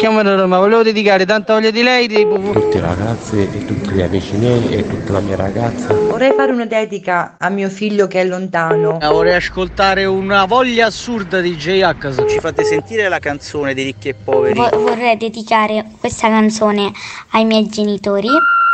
chiamo da Roma, volevo dedicare tanta voglia di lei tutti i ragazzi e tutti gli amici miei e tutta la mia ragazza. Vorrei fare una dedica a mio figlio che è lontano. Vorrei ascoltare una voglia assurda di J-H. Ci fate sentire la canzone dei Ricchi e Poveri? Vorrei dedicare questa canzone ai miei genitori.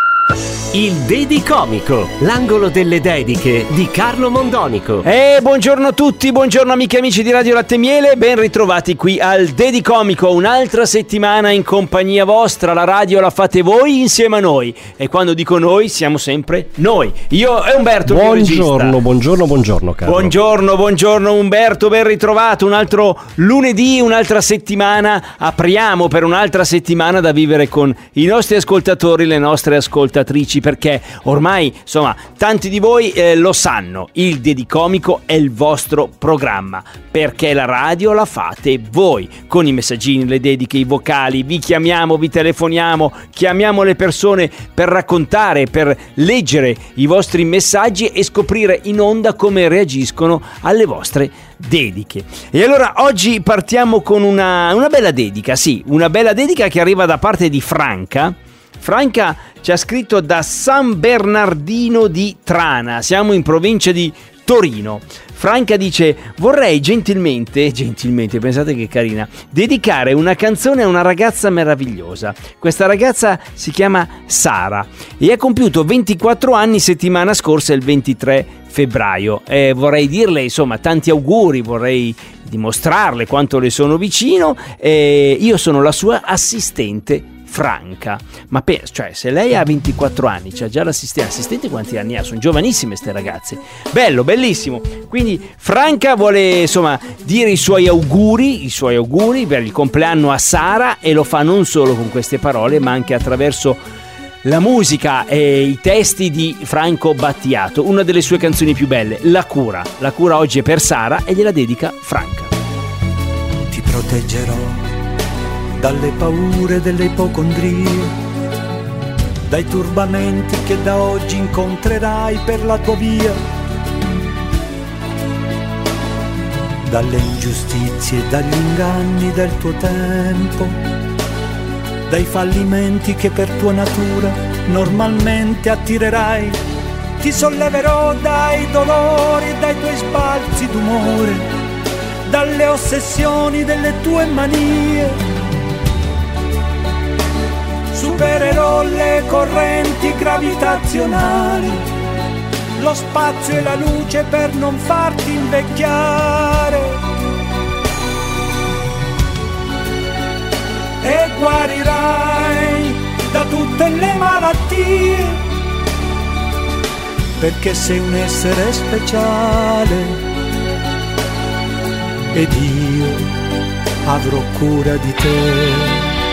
Il Dedicomico, l'angolo delle dediche di Carlo Mondonico. Buongiorno a tutti, buongiorno amiche e amici di Radio Latte e Miele, ben ritrovati qui al Dedicomico, un'altra settimana in compagnia vostra, la radio la fate voi insieme a noi, e quando dico noi siamo sempre noi, io e Umberto. Buongiorno Carlo. Buongiorno Umberto, ben ritrovato, un altro lunedì, un'altra settimana, apriamo per un'altra settimana da vivere con i nostri ascoltatori, le nostre ascoltatrici, perché ormai insomma tanti di voi lo sanno, il Dedicomico è il vostro programma, perché la radio la fate voi, con i messaggini, le dediche, i vocali, vi chiamiamo, vi telefoniamo, chiamiamo le persone per raccontare, per leggere i vostri messaggi e scoprire in onda come reagiscono alle vostre dediche. E allora oggi partiamo con una bella dedica, sì, una bella dedica che arriva da parte di Franca. Franca ci ha scritto da San Bernardino di Trana, siamo in provincia di Torino. Franca dice: vorrei gentilmente, pensate che carina, dedicare una canzone a una ragazza meravigliosa. Questa ragazza si chiama Sara e ha compiuto 24 anni settimana scorsa, il 23 febbraio. Vorrei dirle insomma tanti auguri, vorrei dimostrarle quanto le sono vicino. Io sono la sua assistente Franca, ma cioè se lei ha 24 anni, c'ha già l'assistente quanti anni ha? Sono giovanissime ste ragazze. Bello, bellissimo. Quindi Franca vuole insomma dire i suoi auguri per il compleanno a Sara, e lo fa non solo con queste parole ma anche attraverso la musica e i testi di Franco Battiato, una delle sue canzoni più belle, La cura oggi è per Sara e gliela dedica Franca. Ti proteggerò dalle paure delle ipocondrie, dai turbamenti che da oggi incontrerai per la tua via, dalle ingiustizie e dagli inganni del tuo tempo, dai fallimenti che per tua natura normalmente attirerai. Ti solleverò dai dolori e dai tuoi sbalzi d'umore, dalle ossessioni delle tue manie. Supererò le correnti gravitazionali, lo spazio e la luce per non farti invecchiare. E guarirai da tutte le malattie, perché sei un essere speciale ed io avrò cura di te.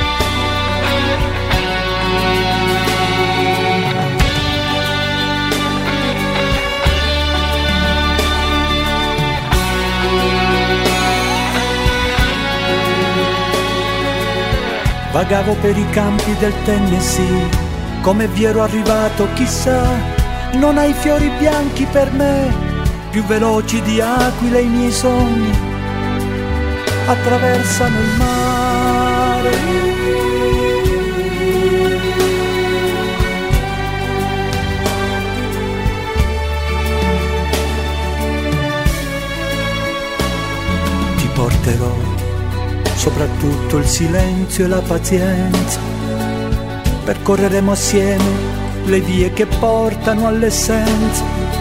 Vagavo per i campi del Tennessee, come vi ero arrivato chissà. Non hai fiori bianchi per me, più veloci di aquile i miei sogni attraversano il mare. Ti porterò soprattutto il silenzio e la pazienza, percorreremo assieme le vie che portano all'essenza.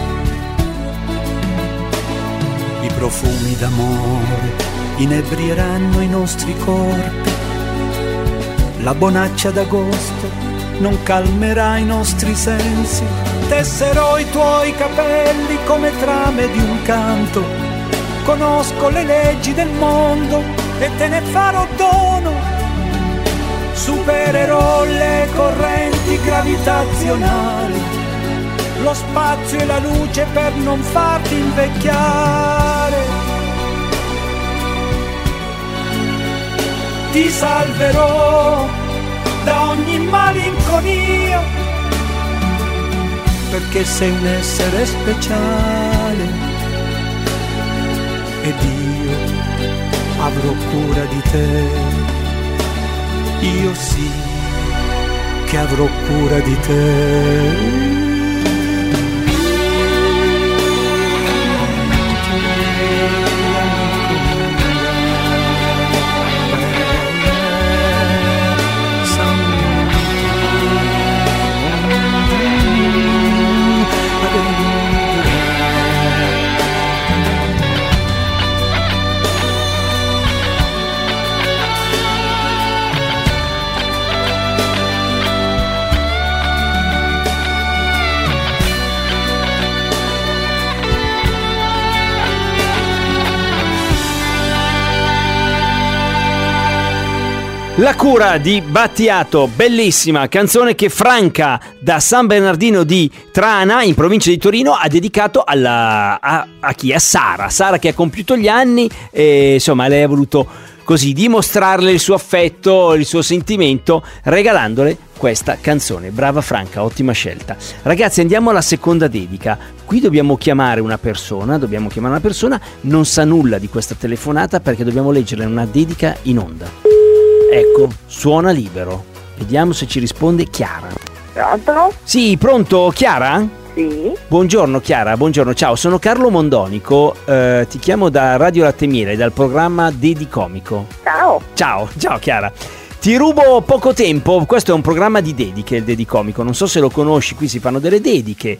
I profumi d'amore inebrieranno i nostri corpi, la bonaccia d'agosto non calmerà i nostri sensi. Tesserò i tuoi capelli come trame di un canto, conosco le leggi del mondo e te ne farò dono. Supererò le correnti gravitazionali, lo spazio e la luce per non farti invecchiare. Ti salverò da ogni malinconia, perché sei un essere speciale ed io avrò cura di te. sì che avrò cura di te. La cura di Battiato, bellissima canzone che Franca da San Bernardino di Trana in provincia di Torino ha dedicato a chi? A Sara che ha compiuto gli anni e insomma lei ha voluto così dimostrarle il suo affetto, il suo sentimento regalandole questa canzone. Brava Franca, ottima scelta. Ragazzi, andiamo alla seconda dedica. Qui dobbiamo chiamare una persona, non sa nulla di questa telefonata perché dobbiamo leggerle una dedica in onda. Ecco, suona libero. Vediamo se ci risponde Chiara. Pronto? Sì, pronto, Chiara? Sì. Buongiorno Chiara, buongiorno, ciao, sono Carlo Mondonico, ti chiamo da Radio Latte Miele, dal programma Dedicomico. Ciao Chiara. Ti rubo poco tempo, questo è un programma di dediche, il Dedicomico, non so se lo conosci, qui si fanno delle dediche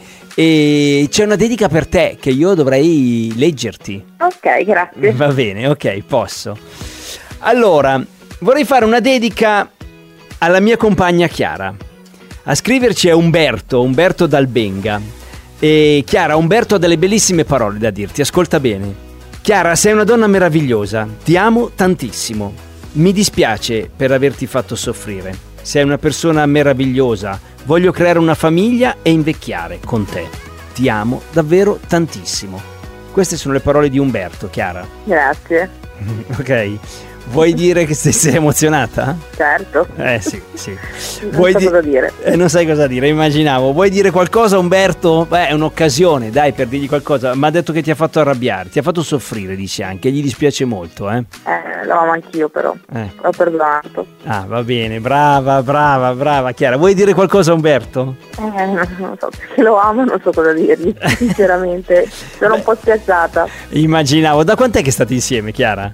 e c'è una dedica per te che io dovrei leggerti. Ok, grazie. Va bene, ok, posso. Allora, vorrei fare una dedica alla mia compagna Chiara. A scriverci è Umberto Dalbenga. E Chiara, Umberto ha delle bellissime parole da dirti, ascolta bene. Chiara, sei una donna meravigliosa, ti amo tantissimo. Mi dispiace per averti fatto soffrire. Sei una persona meravigliosa, voglio creare una famiglia e invecchiare con te. Ti amo davvero tantissimo. Queste sono le parole di Umberto, Chiara. Grazie. Ok. Vuoi dire che sei emozionata? Certo. Sì. Non so cosa dire. Non sai cosa dire, immaginavo. Vuoi dire qualcosa, Umberto? Beh, è un'occasione, dai, per dirgli qualcosa. Mi ha detto che ti ha fatto arrabbiare, ti ha fatto soffrire, dice anche. Gli dispiace molto, L'amo anch'io però. L'ho perdonato. Ah, va bene, brava, Chiara. Vuoi dire qualcosa, Umberto? Non so, perché lo amo, non so cosa dirgli. Sinceramente, sono un po' spiazzata. Immaginavo. Da quant'è che state insieme, Chiara?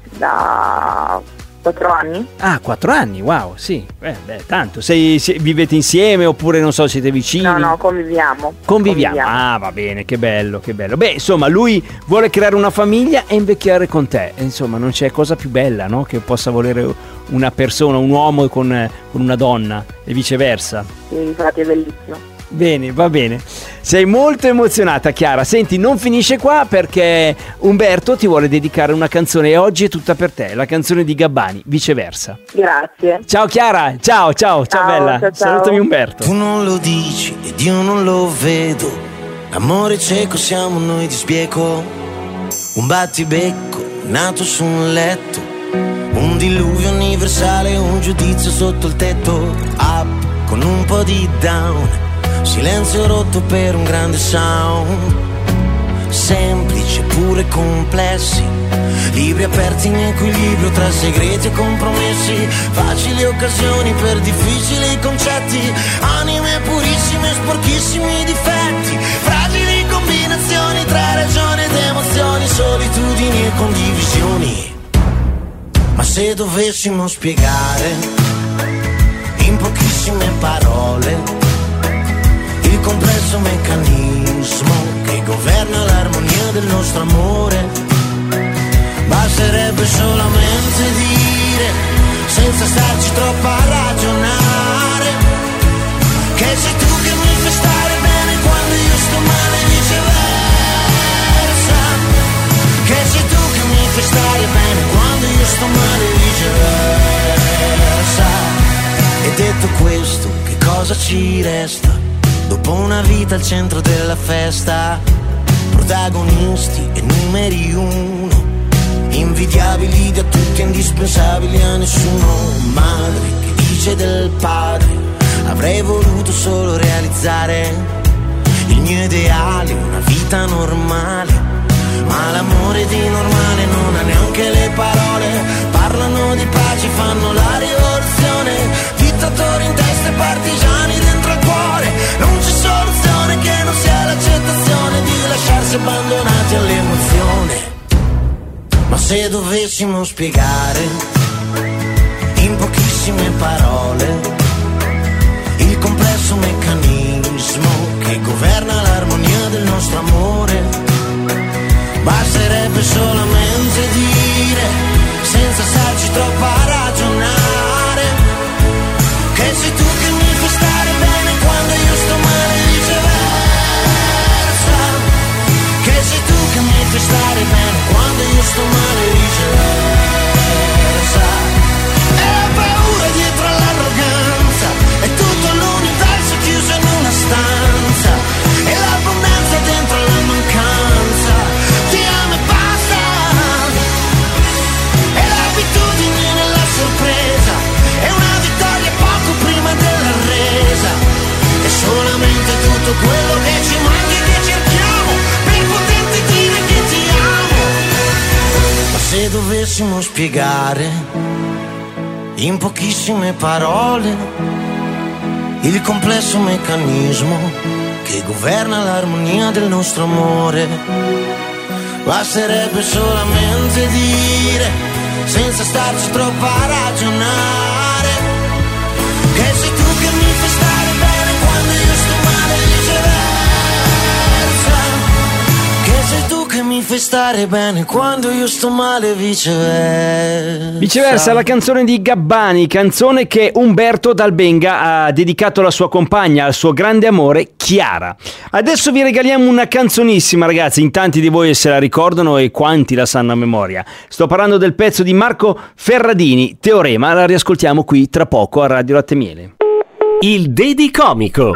Da 4 anni. Ah, 4 anni, wow, sì. Tanto. Vivete insieme oppure non so, siete vicini? No, conviviamo. Ah, va bene, che bello. Beh, insomma, lui vuole creare una famiglia e invecchiare con te. Insomma, non c'è cosa più bella, no? Che possa volere una persona, un uomo con una donna e viceversa. Sì, infatti è bellissimo. Bene, va bene. Sei molto emozionata, Chiara. Senti, non finisce qua perché Umberto ti vuole dedicare una canzone e oggi è tutta per te, la canzone di Gabbani, Viceversa. Grazie. Ciao Chiara, ciao bella. Ciao. Salutami Umberto. Tu non lo dici ed io non lo vedo. L'amore cieco siamo noi di sbieco. Un battibecco nato su un letto. Un diluvio universale, un giudizio sotto il tetto. Up con un po' di down. Silenzio rotto per un grande sound. Semplici eppure complessi. Libri aperti in equilibrio tra segreti e compromessi. Facili occasioni per difficili concetti. Anime purissime e sporchissimi difetti. Fragili combinazioni tra ragione ed emozioni. Solitudini e condivisioni. Ma se dovessimo spiegare in pochissime parole il complesso meccanismo che governa l'armonia del nostro amore, basterebbe solamente dire, senza starci troppo a ragionare, che sei tu che mi fai stare bene quando io sto male e viceversa, che sei tu che mi fai stare bene quando io sto male e viceversa. E detto questo, che cosa ci resta? Dopo una vita al centro della festa, protagonisti e numeri uno, invidiabili da tutti, indispensabili a nessuno. Madre che dice del padre, avrei voluto solo realizzare il mio ideale, una vita normale. Ma l'amore di normale non ha neanche le parole, parlano di pace, fanno la rivoluzione. Di se dovessimo spiegare in pochissime parole il complesso meccanismo che governa l'armonia del nostro amore, basterebbe solamente dire, senza starci troppo a ragionare, che sei tu che mi fai stare bene quando io sto male, viceversa, che sei tu che mi fai stare bene quando io sto male, viceversa. E la paura dietro all'arroganza è tutto l'universo chiuso in una stanza, e l'abbondanza dentro la mancanza, ti amo e basta, e l'abitudine nella sorpresa, è una vittoria poco prima della resa, è solamente tutto quello che ci manca e che cerchiamo per poterti dire che ti amo. Ma se dovessimo spiegare in pochissime parole il complesso meccanismo che governa l'armonia del nostro amore, basterebbe solamente dire, senza starci troppo a ragionare, che sei tu che mi fai stare bene quando io sto male, viceversa, che sei tu che mi fai stare bene quando io sto male, viceversa. Viceversa, la canzone di Gabbani, canzone che Umberto Dal Benga ha dedicato alla sua compagna, al suo grande amore Chiara. Adesso vi regaliamo una canzonissima, ragazzi, in tanti di voi se la ricordano e quanti la sanno a memoria. Sto parlando del pezzo di Marco Ferradini, Teorema, la riascoltiamo qui tra poco a Radio Latte Miele. Il Dedicomico.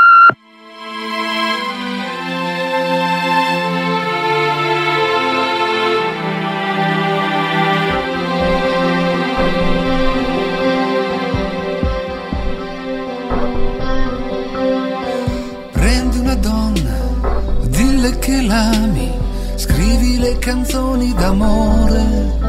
Che l'ami, scrivi le canzoni d'amore,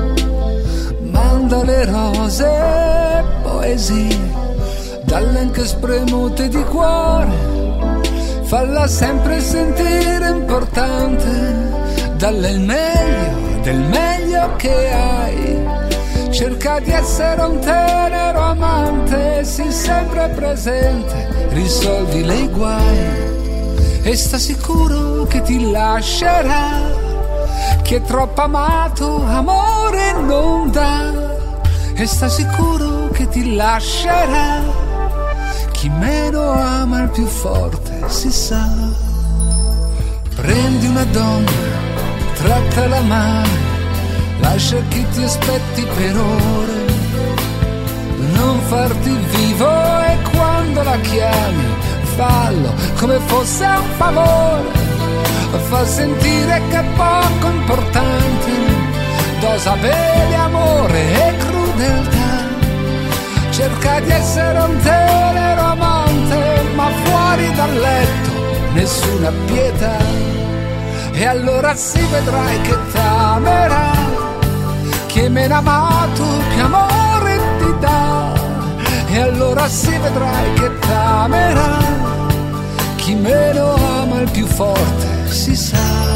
manda le rose, poesie, dalle anche spremute di cuore, falla sempre sentire importante, dalle il meglio del meglio che hai, cerca di essere un tenero amante, sii sempre presente, risolvi i guai. E sta sicuro che ti lascerà, chi è troppo amato amore non dà. E sta sicuro che ti lascerà, chi meno ama il più forte si sa. Prendi una donna, trattala male, lascia che ti aspetti per ore, non farti vivo e quando la chiami fallo come fosse un favore, fa sentire che è poco importante, dosa bene amore e crudeltà, cerca di essere un tenero amante, ma fuori dal letto nessuna pietà, e allora si vedrai che t'amerà, chi è meno amato più amore ti dà, e allora si vedrai che t'amerà, chi meno ama il più forte si sa.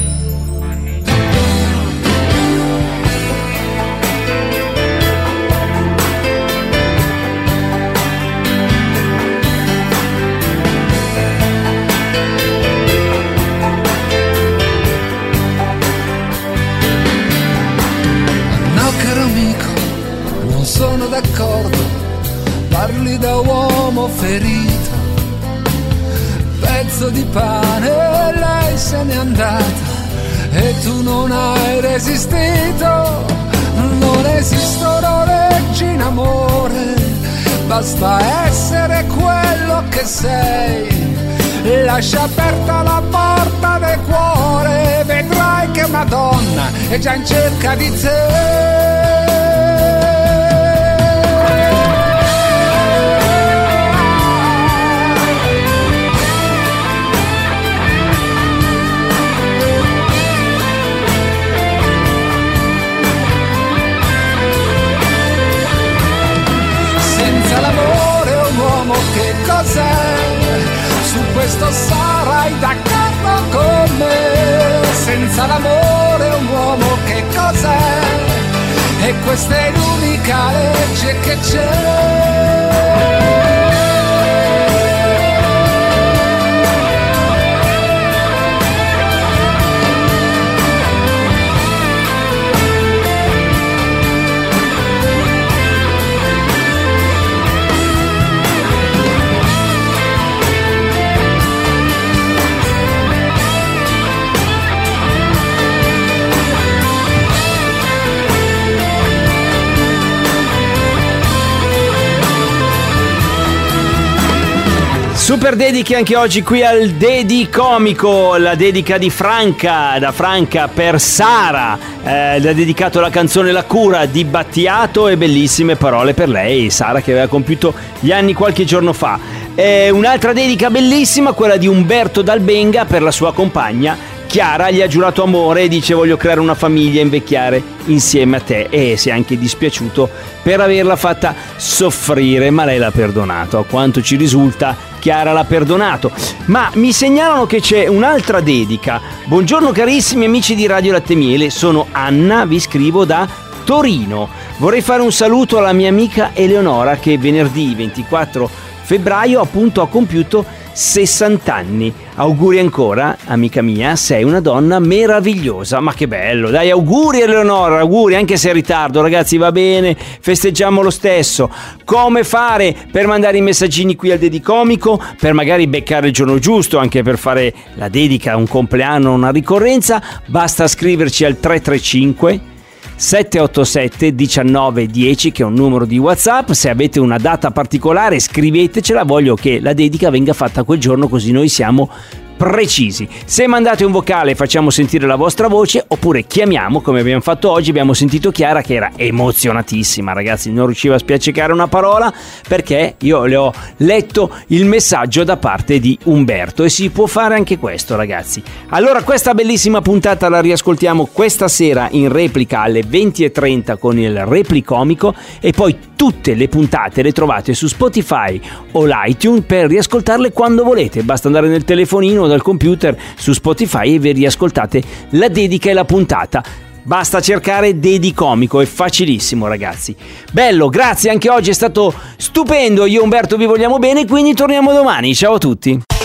No, caro amico, non sono d'accordo, parli da uomo ferito, pezzo di pane, lei se n'è andata e tu non hai resistito, non esistono leggi in amore, basta essere quello che sei, lascia aperta la porta del cuore, vedrai che una donna è già in cerca di te. Che cos'è? Su questo sarai d'accordo con me, senza l'amore un uomo che cos'è? E questa è l'unica legge che c'è. Super dediche anche oggi qui al Dedi Comico, la dedica di Franca, da Franca per Sara, le ha dedicato la canzone La cura di Battiato e bellissime parole per lei, Sara, che aveva compiuto gli anni qualche giorno fa. Un'altra dedica bellissima, quella di Umberto Dalbenga per la sua compagna Chiara, gli ha giurato amore e dice: voglio creare una famiglia e invecchiare insieme a te, e si è anche dispiaciuto per averla fatta soffrire, ma lei l'ha perdonato, a quanto ci risulta Chiara l'ha perdonato. Ma mi segnalano che c'è un'altra dedica. Buongiorno carissimi amici di Radio Latte Miele, sono Anna, vi scrivo da Torino. Vorrei fare un saluto alla mia amica Eleonora che venerdì 24 febbraio appunto ha compiuto 60 anni. Auguri ancora, amica mia, sei una donna meravigliosa. Ma che bello, dai, auguri Eleonora, auguri, anche se è in ritardo, ragazzi, va bene, festeggiamo lo stesso. Come fare per mandare i messaggini qui al Dedi Comico, per magari beccare il giorno giusto, anche per fare la dedica, un compleanno, una ricorrenza? Basta scriverci al 335 787 1910, che è un numero di WhatsApp. Se avete una data particolare scrivetecela, voglio che la dedica venga fatta quel giorno, così noi siamo precisi. Se mandate un vocale facciamo sentire la vostra voce, oppure chiamiamo come abbiamo fatto oggi. Abbiamo sentito Chiara che era emozionatissima, ragazzi, non riusciva a spiaccicare una parola perché io le ho letto il messaggio da parte di Umberto, e si può fare anche questo, ragazzi. Allora questa bellissima puntata la riascoltiamo questa sera in replica alle 20:30 con il Replicomico, e poi tutte le puntate le trovate su Spotify o l'iTunes per riascoltarle quando volete. Basta andare nel telefonino o dal computer su Spotify e vi riascoltate la dedica e la puntata. Basta cercare Dedi Comico, è facilissimo, ragazzi. Bello, grazie, anche oggi è stato stupendo. Io e Umberto vi vogliamo bene, quindi torniamo domani. Ciao a tutti.